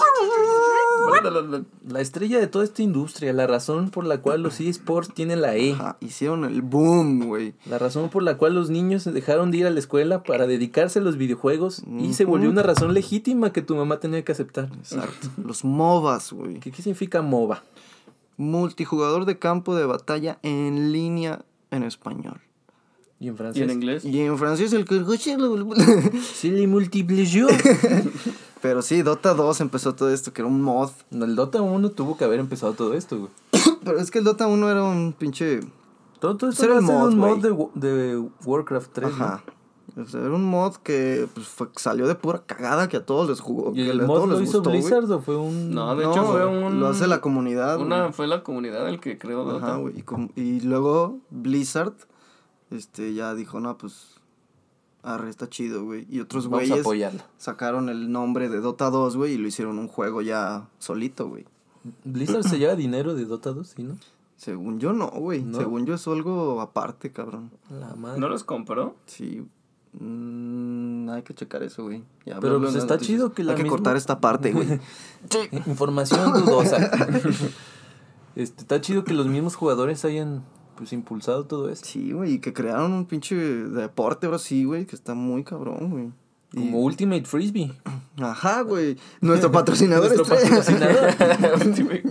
La estrella de toda esta industria, la razón por la cual los eSports tienen la E, Ajá, hicieron el boom, güey. la razón por la cual los niños dejaron de ir a la escuela para dedicarse a los videojuegos y se Ujú. volvió una razón legítima que tu mamá tenía que aceptar. Exacto. Los MOBAs, güey. ¿Qué significa MOBA? Multijugador de campo de batalla en línea en español. Y en ¿Y francés. en inglés? Y en francés el que... Sí, le multiplió. Pero sí, Dota 2 empezó todo esto, que era un mod. El Dota 1 tuvo que haber empezado todo esto, güey. Pero es que el Dota 1 era un pinche... Todo esto Era era el mod, un mod güey. de Warcraft 3, Ajá. O sea, era un mod que pues, salió de pura cagada que a todos les jugó. ¿Y que el a mod todos lo les hizo gustó, Blizzard o fue un...? No, de hecho fue un... Lo hace la comunidad, güey. Fue la comunidad el que creó Dota. Ajá, güey. Y luego Blizzard ya dijo, no, pues... Arre, está chido, güey. Y otros Vamos a güeyes apoyarlo. sacaron el nombre de Dota 2, güey, y lo hicieron un juego ya solito, güey. Blizzard se lleva dinero de Dota 2, ¿sí, no? Según yo no, güey. ¿No? Según yo es algo aparte, cabrón. La madre. ¿No los compró? Sí. Hay que checar eso, güey. Ya, Pero hablarlo pues en las está noticias. chido que la Hay que misma- cortar esta parte, güey. Información dudosa. Está chido que los mismos jugadores hayan pues impulsado todo esto. Sí, güey, y que crearon un pinche deporte ahora sí, güey, que está muy cabrón, güey. Como Ultimate Frisbee. Ajá, güey. Nuestro patrocinador Nuestro estrella. patrocinador.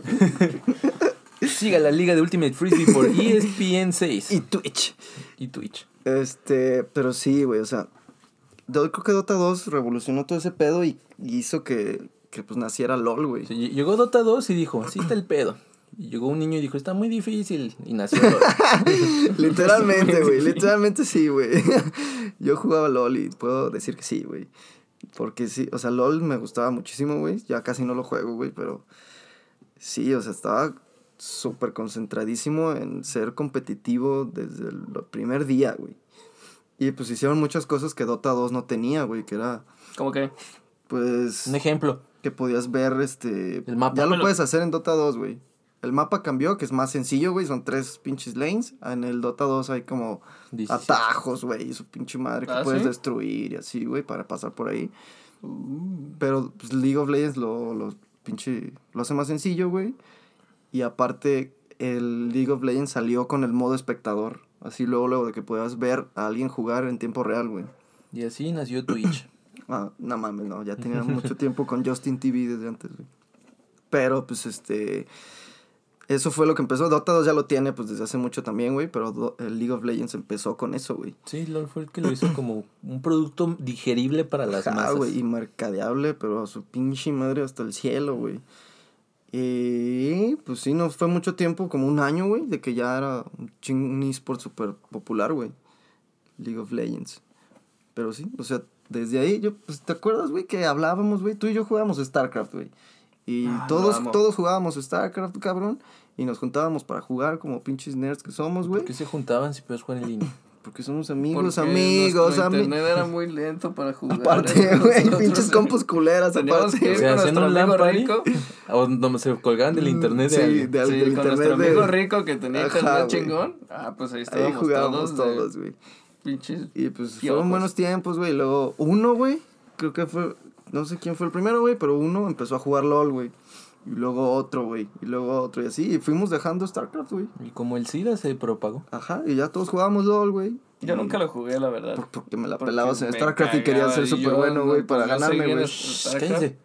Siga la liga de Ultimate Frisbee por ESPN 6 Y Twitch. y Twitch. Pero sí, güey, o sea, yo creo que Dota 2 revolucionó todo ese pedo y hizo que pues naciera LOL, güey. Sí, llegó Dota 2 y dijo, así está el pedo. Y llegó un niño y dijo, está muy difícil. Y nació LOL. Literalmente, güey, literalmente sí, güey. Yo jugaba LOL y puedo decir que sí, güey. Porque sí, o sea, LOL me gustaba muchísimo, güey. Ya casi no lo juego, güey, pero sí, o sea, estaba súper concentradísimo en ser competitivo desde el primer día, güey. Y pues hicieron muchas cosas que Dota 2 no tenía, güey, que era, ¿Cómo que? pues, Un ejemplo. que podías ver, El mapa. ya lo puedes hacer en Dota 2, güey. El mapa cambió, que es más sencillo, güey, son 3 pinches lanes. En el Dota 2 hay como 17. atajos, güey, y su pinche madre que ¿Ah, puedes sí? destruir y así, güey, para pasar por ahí. Pero pues, League of Legends lo hace más sencillo, güey. Y aparte, el League of Legends salió con el modo espectador. Así luego de que puedas ver a alguien jugar en tiempo real, güey. Y así nació Twitch. Ah, no mames, no. Ya tenía mucho tiempo con Justin TV desde antes, güey. Pero, pues, eso fue lo que empezó. Dota 2 ya lo tiene, pues, desde hace mucho también, güey. Pero el League of Legends empezó con eso, güey. Sí, LOL fue el que lo hizo como un producto digerible para las Ajá, masas. güey, y mercadeable, pero a su pinche madre hasta el cielo, güey. Y pues sí, no fue mucho tiempo, como un año, güey, de que ya era un eSport súper popular, güey. League of Legends. Pero sí, o sea, desde ahí, pues, ¿te acuerdas, güey, que hablábamos, güey? Tú y yo jugábamos StarCraft, güey. Y lo todos amo. jugábamos StarCraft, cabrón. Y nos juntábamos para jugar como pinches nerds que somos, güey. ¿Por qué se juntaban si puedes jugar en línea? Porque somos amigos, Porque amigos. nuestro internet era muy lento para jugar. Aparte, güey, Nosotros, pinches compus culeras, teníamos aparte. que ir O sea, con hacían nuestro un amigo LAN party. rico. O no, se colgaban del internet de Sí, alguien. del Sí, con internet nuestro de... amigo rico que tenía Ajá, internet güey. chingón. Ah, pues ahí Ahí estábamos jugábamos todos, todos, güey. pinches. Y pues piojos. fueron buenos tiempos, güey. Luego uno, güey, creo que fue, no sé quién fue el primero, güey, pero uno empezó a jugar LOL, güey. Y luego otro, güey. Y luego otro, y así. Y fuimos dejando StarCraft, güey. Y como el SIDA se propagó. Ajá, y ya todos jugábamos LOL, güey. Yo nunca lo jugué, la verdad. Porque me la Porque pelabas en me StarCraft y quería cagaba, ser y súper yo, bueno, güey, no, para pues, yo ganarme, seguí en güey. Cállense.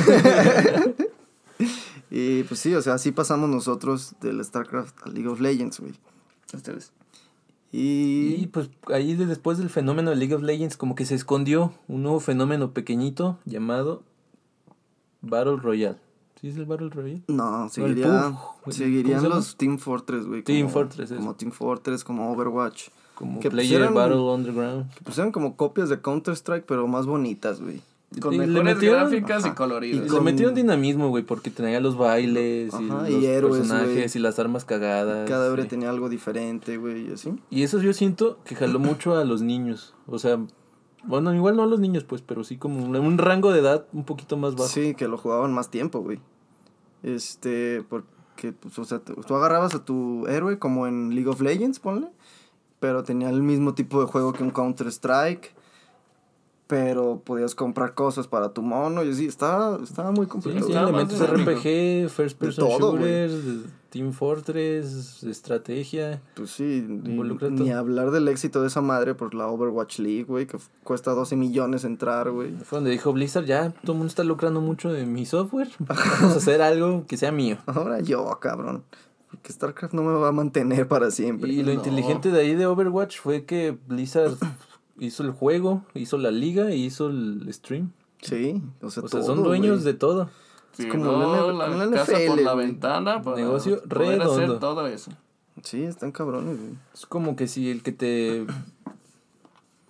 Y pues sí, o sea, así pasamos nosotros del StarCraft al League of Legends, güey. Ustedes. Y pues ahí después del fenómeno de League of Legends como que se escondió un nuevo fenómeno pequeñito llamado Battle Royale. ¿Sí es el Battle Royale? No, el seguirían PUBG, ¿cómo se llama? los Team Fortress, güey. Team Fortress, eso. Como Team Fortress, como Overwatch. Como Que Player pusieran- Battle Underground. Que pusieron como copias de Counter-Strike, pero más bonitas, güey. Con Y le mejores metieron- gráficas y Ajá. coloridas. Y con- le metieron dinamismo, güey, porque tenía los bailes y Ajá, los y héroes, personajes güey. y las armas cagadas. Cada héroe sí. tenía algo diferente, güey, y así. Y eso yo siento que jaló mucho a los niños. O sea, bueno, igual no a los niños, pues, pero sí como un rango de edad un poquito más bajo. Sí, que lo jugaban más tiempo, güey. Porque, pues, o sea, tú agarrabas a tu héroe como en League of Legends, ponle. Pero tenía el mismo tipo de juego que un Counter-Strike. Pero podías comprar cosas para tu mono y así. Estaba muy Sí, complicado. sí, Estaba más elementos dinámico. RPG, First Person todo, Shooter, Team Fortress, estrategia. Pues sí, Involucra ni todo. hablar del éxito de esa madre por la Overwatch League, güey, que cuesta 12 millones entrar, güey. Fue donde dijo Blizzard, ya todo el mundo está lucrando mucho de mi software. Vamos a hacer algo que sea mío. Ahora yo, cabrón. Porque StarCraft no me va a mantener para siempre. Y lo No. inteligente de ahí de Overwatch fue que Blizzard hizo el juego, hizo la liga y hizo el stream. Sí, o sea, O sea, todo, son dueños güey. de todo. Es como la la NFL, casa por la güey. ventana para Negocio poder redondo. hacer todo eso. Sí, están cabrones, güey. Es como que si el que te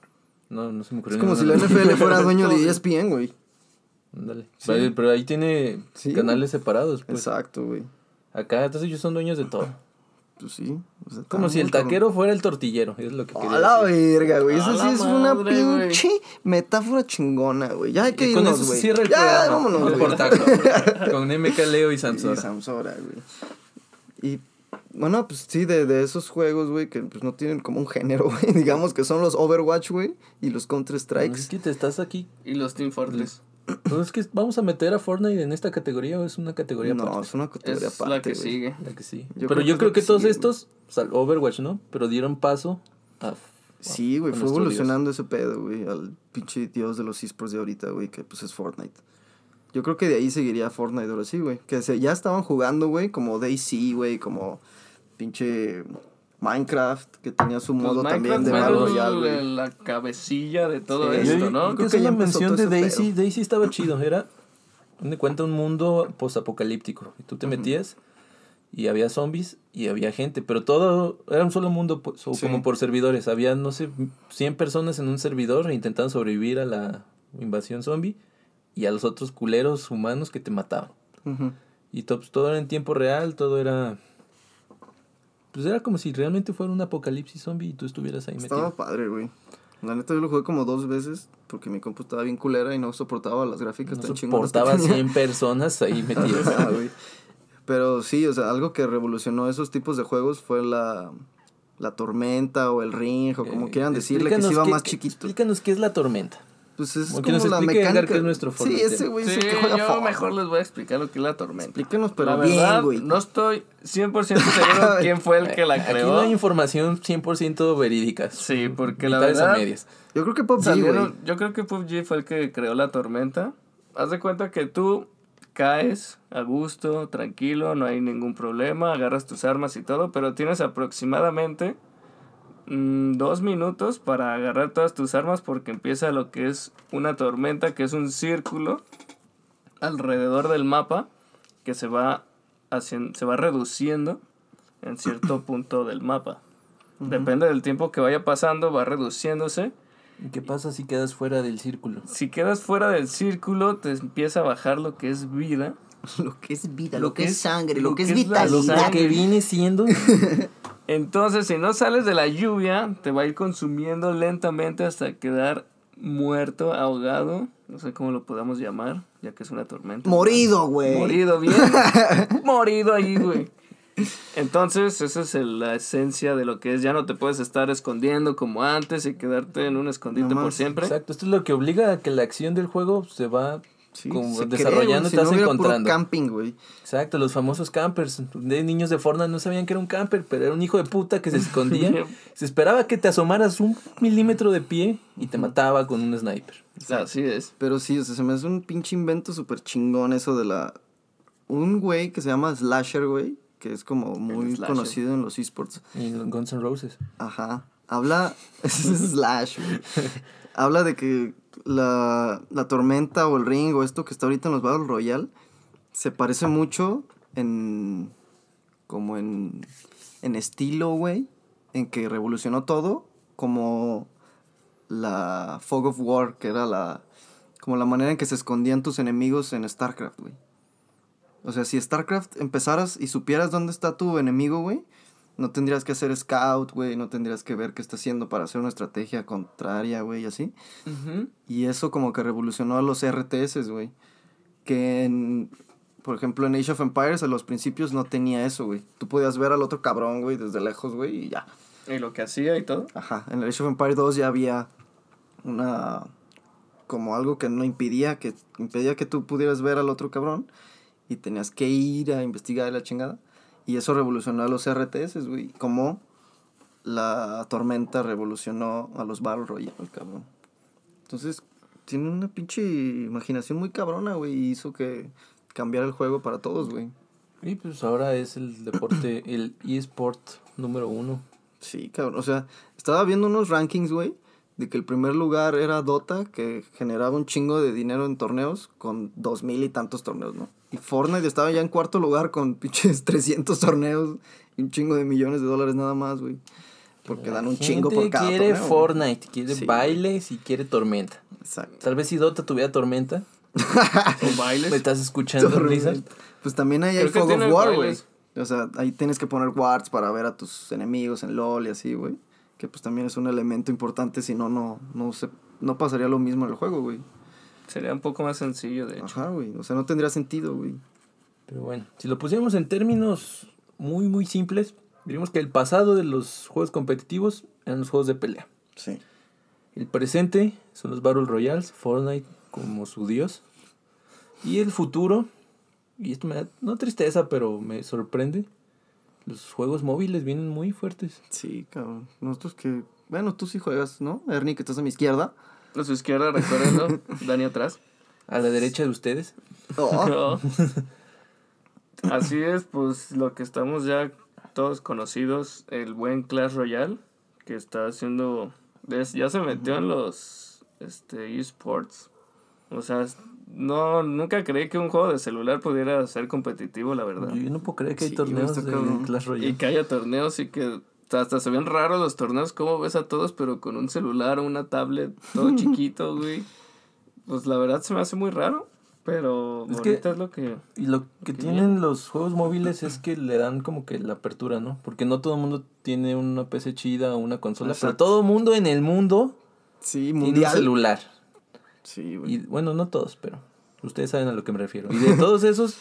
No se me ocurrió Es como si la ninguna. NFL fuera dueño de ESPN, güey. Ándale. Sí. Pero ahí tiene Sí. canales separados, pues. Exacto, güey. Acá, entonces ellos son dueños de todo. Pues sí. O sea, Como está si el muy cabrón. taquero fuera el tortillero, es lo que A quería la decir. verga, güey. A Eso sí la es una madre, güey. pinche metáfora chingona, güey. Ya hay que Y con irnos, eso se güey. cierra el Ya, programa. vámonos, El güey. Portaco. Con MK Leo y Y Samsora. Samsora, güey. Y bueno, pues sí, de esos juegos, güey, que pues no tienen como un género, güey. Digamos que son los Overwatch, güey, y los Counter Strikes. Es que te estás aquí. Y los Team Fortress. No, es que vamos a meter a Fortnite en esta categoría o es una categoría No, aparte. es una categoría Es aparte, la que güey. sigue. La que sí. Yo Pero creo yo que es creo lo que que todos sigue, estos, o sea, Overwatch, ¿no? Pero dieron paso a... Sí, güey, a fue nuestro evolucionando ese pedo, güey, al pinche dios de los esports de ahorita, güey, que pues es Fortnite. Yo creo que de ahí seguiría Fortnite ahora sí, güey. Que ya estaban jugando, güey, como DayZ, güey, como pinche Minecraft, que tenía su modo Pues también Minecraft de fue Battle Royale, güey. la cabecilla de todo Sí. esto, Yo ¿no? creo que que es ya la empezó mención todo de ese Daisy. pedo. Daisy estaba chido. Era, me cuenta, un mundo posapocalíptico. Y tú te metías y había zombies y había gente. Pero todo era un solo mundo, pues, o Sí. como por servidores. Había, no sé, 100 personas en un servidor intentando sobrevivir a la invasión zombie y a los otros culeros humanos que te mataban. Ujú. Y pues, todo era en tiempo real, todo era... Pues era como si realmente fuera un apocalipsis zombie y tú estuvieras ahí Estaba metido. padre, güey. La neta yo lo jugué como 2 veces porque mi compu estaba bien culera y no soportaba las gráficas No tan chingonas que soportaba tenía. 100 personas ahí metidas. Ajá, güey. Pero sí, o sea, algo que revolucionó esos tipos de juegos fue la tormenta o el ring o como quieran decirle, que se iba más chiquito. Explícanos qué es la tormenta. Pues es O que como nos la explique Edgar, mecánica. que es nuestro sí, Fortnite. ese güey es Sí, el que juega yo Fortnite. mejor les voy a explicar lo que es la tormenta. Explíquenos, pero La bien, verdad, güey. no estoy 100% seguro quién fue el que la Aquí creó. no hay información 100% verídica. Sí, porque la Mitades a verdad... medias. Yo creo que PUBG, salieron- güey. yo creo que PUBG fue el que creó la tormenta. Haz de cuenta que tú caes a gusto, tranquilo, no hay ningún problema, agarras tus armas y todo, pero tienes aproximadamente 2 minutos para agarrar todas tus armas porque empieza lo que es una tormenta, que es un círculo alrededor del mapa que se va reduciendo en cierto punto del mapa. Depende del tiempo que vaya pasando, va reduciéndose. ¿Y qué pasa si quedas fuera del círculo? Si quedas fuera del círculo, te empieza a bajar lo que es vida. Lo que es vida, Lo lo que que es es- sangre, lo lo que que es es la vitalidad. sangre. Que viene siendo... Entonces, si no sales de la lluvia, te va a ir consumiendo lentamente hasta quedar muerto, ahogado. No sé cómo lo podamos llamar, ya que es una tormenta. Morido, güey. Morido, bien. Morido ahí, güey. Entonces, esa es la esencia de lo que es. Ya no te puedes estar escondiendo como antes y quedarte en un escondite Nomás, por siempre. Exacto, esto es lo que obliga a que la acción del juego se va Sí, como se desarrollando, cree, güey, si te vas no hubiera puro encontrando. camping, güey. Exacto, los famosos campers. De niños de Fortnite no sabían que era un camper, pero era un hijo de puta que se escondía. Se esperaba que te asomaras 1 milímetro de pie y te mataba con un sniper. Así es. Pero sí, o sea, se me hace un pinche invento súper chingón eso de la... Un güey que se llama Slasher, güey, que es como muy Slasher. conocido en los esports. Y Guns N' Roses. Ajá. Habla... es Slash, güey. Habla de que la tormenta o el ring o esto que está ahorita en los Battle Royale se parece mucho en... como en estilo, güey, en que revolucionó todo, como la Fog of War, que era como la manera en que se escondían tus enemigos en StarCraft, güey. O sea, si StarCraft empezaras y supieras dónde está tu enemigo, güey, no tendrías que hacer scout, güey, no tendrías que ver qué está haciendo para hacer una estrategia contraria, güey, y así. Y eso como que revolucionó a los RTS, güey. Que por ejemplo, en Age of Empires a los principios no tenía eso, güey. Tú podías ver al otro cabrón, güey, desde lejos, güey, y ya. Y lo que hacía y todo. Ajá, en el Age of Empires 2 ya había como algo que no impedía que tú pudieras ver al otro cabrón y tenías que ir a investigar la chingada. Y eso revolucionó a los RTS, güey, como la tormenta revolucionó a los Battle Royale, cabrón. Entonces, tiene una pinche imaginación muy cabrona, güey, y hizo que cambiara el juego para todos, güey. Y pues ahora es el deporte, el eSport número 1. Sí, cabrón. O sea, estaba viendo unos rankings, güey, de que el primer lugar era Dota, que generaba un chingo de dinero en torneos, con 2,000 y tantos torneos, ¿no? Y Fortnite estaba ya en cuarto lugar con pinches 300 torneos y un chingo de millones de dólares nada más, güey. porque dan un chingo por cada quiere torneo. Fortnite, quiere Sí, bailes y quiere Tormenta. Exacto. Tal vez si Dota tuviera Tormenta. O bailes. ¿Me estás escuchando, Blizzard? Pues también ahí hay Creo que Fog of tiene War, güey. bailes. O sea, ahí tienes que poner wards para ver a tus enemigos en LoL y así, güey. Que pues también es un elemento importante, si no, no pasaría lo mismo en el juego, güey. Sería un poco más sencillo, de hecho. Ajá, güey. O sea, no tendría sentido, güey. Pero bueno, si lo pusiéramos en términos muy, muy simples, diríamos que el pasado de los juegos competitivos eran los juegos de pelea. Sí. El presente son los Battle Royales, Fortnite como su dios. Y el futuro, y esto me da, no tristeza, pero me sorprende, los juegos móviles vienen muy fuertes. Sí, cabrón. Nosotros que... Bueno, tú sí juegas, ¿no? Ernie, que estás a mi izquierda. A su izquierda, recuérdenlo. Dani atrás. A la derecha de ustedes. Oh. No. Así es, pues lo que estamos ya todos conocidos, el buen Clash Royale, que está haciendo... Ya se metió en los eSports. O sea, nunca creí que un juego de celular pudiera ser competitivo, la verdad. Yo no puedo creer que hay Sí, torneos está de cabrón. Clash Y Royale. que haya torneos y que hasta se ven raros los torneos, como ves a todos, pero con un celular o una tablet, todo chiquito, güey. Pues la verdad se me hace muy raro, pero Es ahorita que- es lo que... Y lo que tienen los juegos móviles es que le dan como que la apertura, ¿no? Porque no todo el mundo tiene una PC chida o una consola, pero Exacto. todo el mundo en el mundo Sí, tiene un mundial. celular. Sí, güey. Y bueno, no todos, pero ustedes saben a lo que me refiero. Y de todos esos,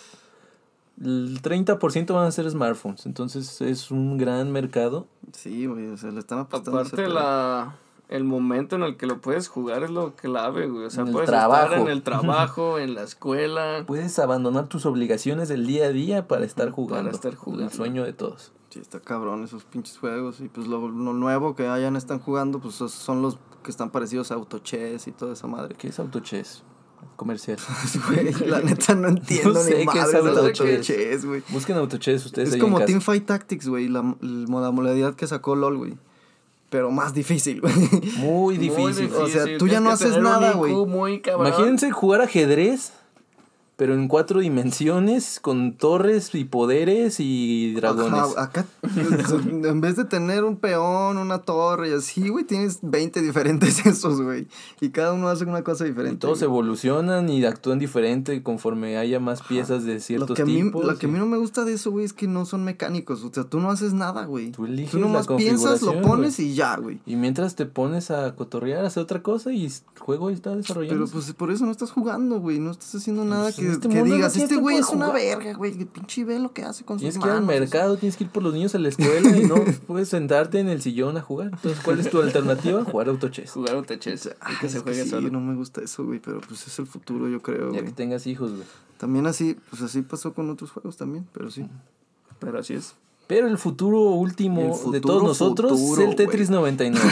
el 30% van a ser smartphones. Entonces es un gran mercado. Sí, güey. O sea, le están apostando a ese Aparte pedo. el momento en el que lo puedes jugar es lo clave, güey. O sea, En el puedes trabajo. estar en el trabajo, en la escuela. Puedes abandonar tus obligaciones del día a día para estar jugando. estar jugando. El sueño de todos. Sí, está cabrón esos pinches juegos. Y pues lo nuevo que hayan están jugando, pues son los que están parecidos a Autochess y toda esa madre. ¿Qué es Autochess? Comercial. Güey, la neta no entiendo No sé ni qué es madre de Autochess. Autochess, güey. Busquen Autochess ustedes Es ahí como en casa. Teamfight Tactics, güey. La modalidad que sacó LOL, güey. Pero más difícil, güey. Muy difícil. O sea, tú ya Tienes no que haces tener un nada, IQ güey. muy cabrón. Imagínense jugar ajedrez, pero en 4 dimensiones, con torres y poderes y dragones. Ajá, acá, en vez de tener un peón, una torre y así, güey, tienes 20 diferentes esos, güey. Y cada uno hace una cosa Y diferente. todos güey. evolucionan y actúan diferente conforme haya más piezas de ciertos Lo que a mí, tipos. lo que a mí y- no me gusta de eso, güey, es que no son mecánicos. O sea, tú no haces nada, güey. Tú eliges Tú nomás la piensas, lo configuración, pones güey. y ya, güey. Y mientras te pones a cotorrear, a hacer otra cosa y el juego está desarrollando. Pero pues por eso no estás jugando, güey. No estás haciendo nada Pues, en que, este que mundo no digas, tienes este tiempo güey de es una jugar". verga, güey. Que pinche ve lo que hace con Tienes sus que ir al manos. mercado, tienes que ir por los niños a la escuela y no puedes sentarte en el sillón a jugar. Entonces, ¿cuál es tu alternativa? Jugar Autochess. Jugar Autochess. Ay, Y que se es juegue sí, solo. no me gusta eso, güey. Pero pues es el futuro, yo creo, Ya güey. que tengas hijos, güey. También así, pues así pasó con otros juegos también, pero sí. Pero así es. Pero el futuro último El de futuro, todos nosotros futuro, es el Tetris güey. 99.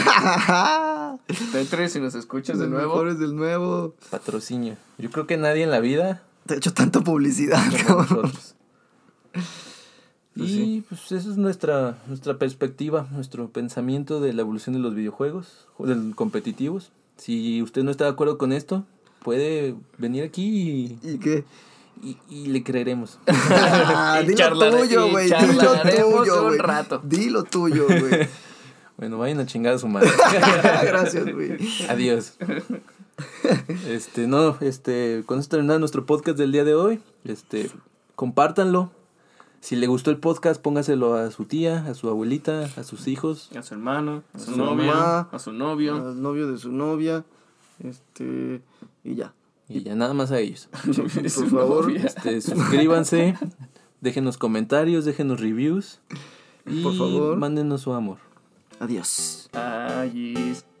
Tetris, si nos escuchas de Los nuevo. mejores del nuevo. Patrocinio. Yo creo que nadie en la vida Te he hecho tanta publicidad, como cabrón. nosotros. Y pues esa es nuestra perspectiva, nuestro pensamiento de la evolución de los videojuegos, competitivos. Si usted no está de acuerdo con esto, puede venir aquí ¿Y qué? y le creeremos. Y Dilo charlare- tuyo, y güey. Dilo charlaremos tuyo, un güey. rato. Dilo tuyo, güey. Bueno, vayan a chingar a su madre. Gracias, güey. Adiós. Con esto termina nuestro podcast del día de hoy. Compártanlo. Si le gustó el podcast, póngaselo a su tía, a su abuelita, a sus hijos. A su hermano, a su su novia, mamá, a su novio. Al novio de su novia. Y ya. Y ya nada más a ellos. Y su por favor. novia. Suscríbanse, déjenos comentarios, déjenos reviews. Y Por favor. mándenos su amor. Adiós. Ay,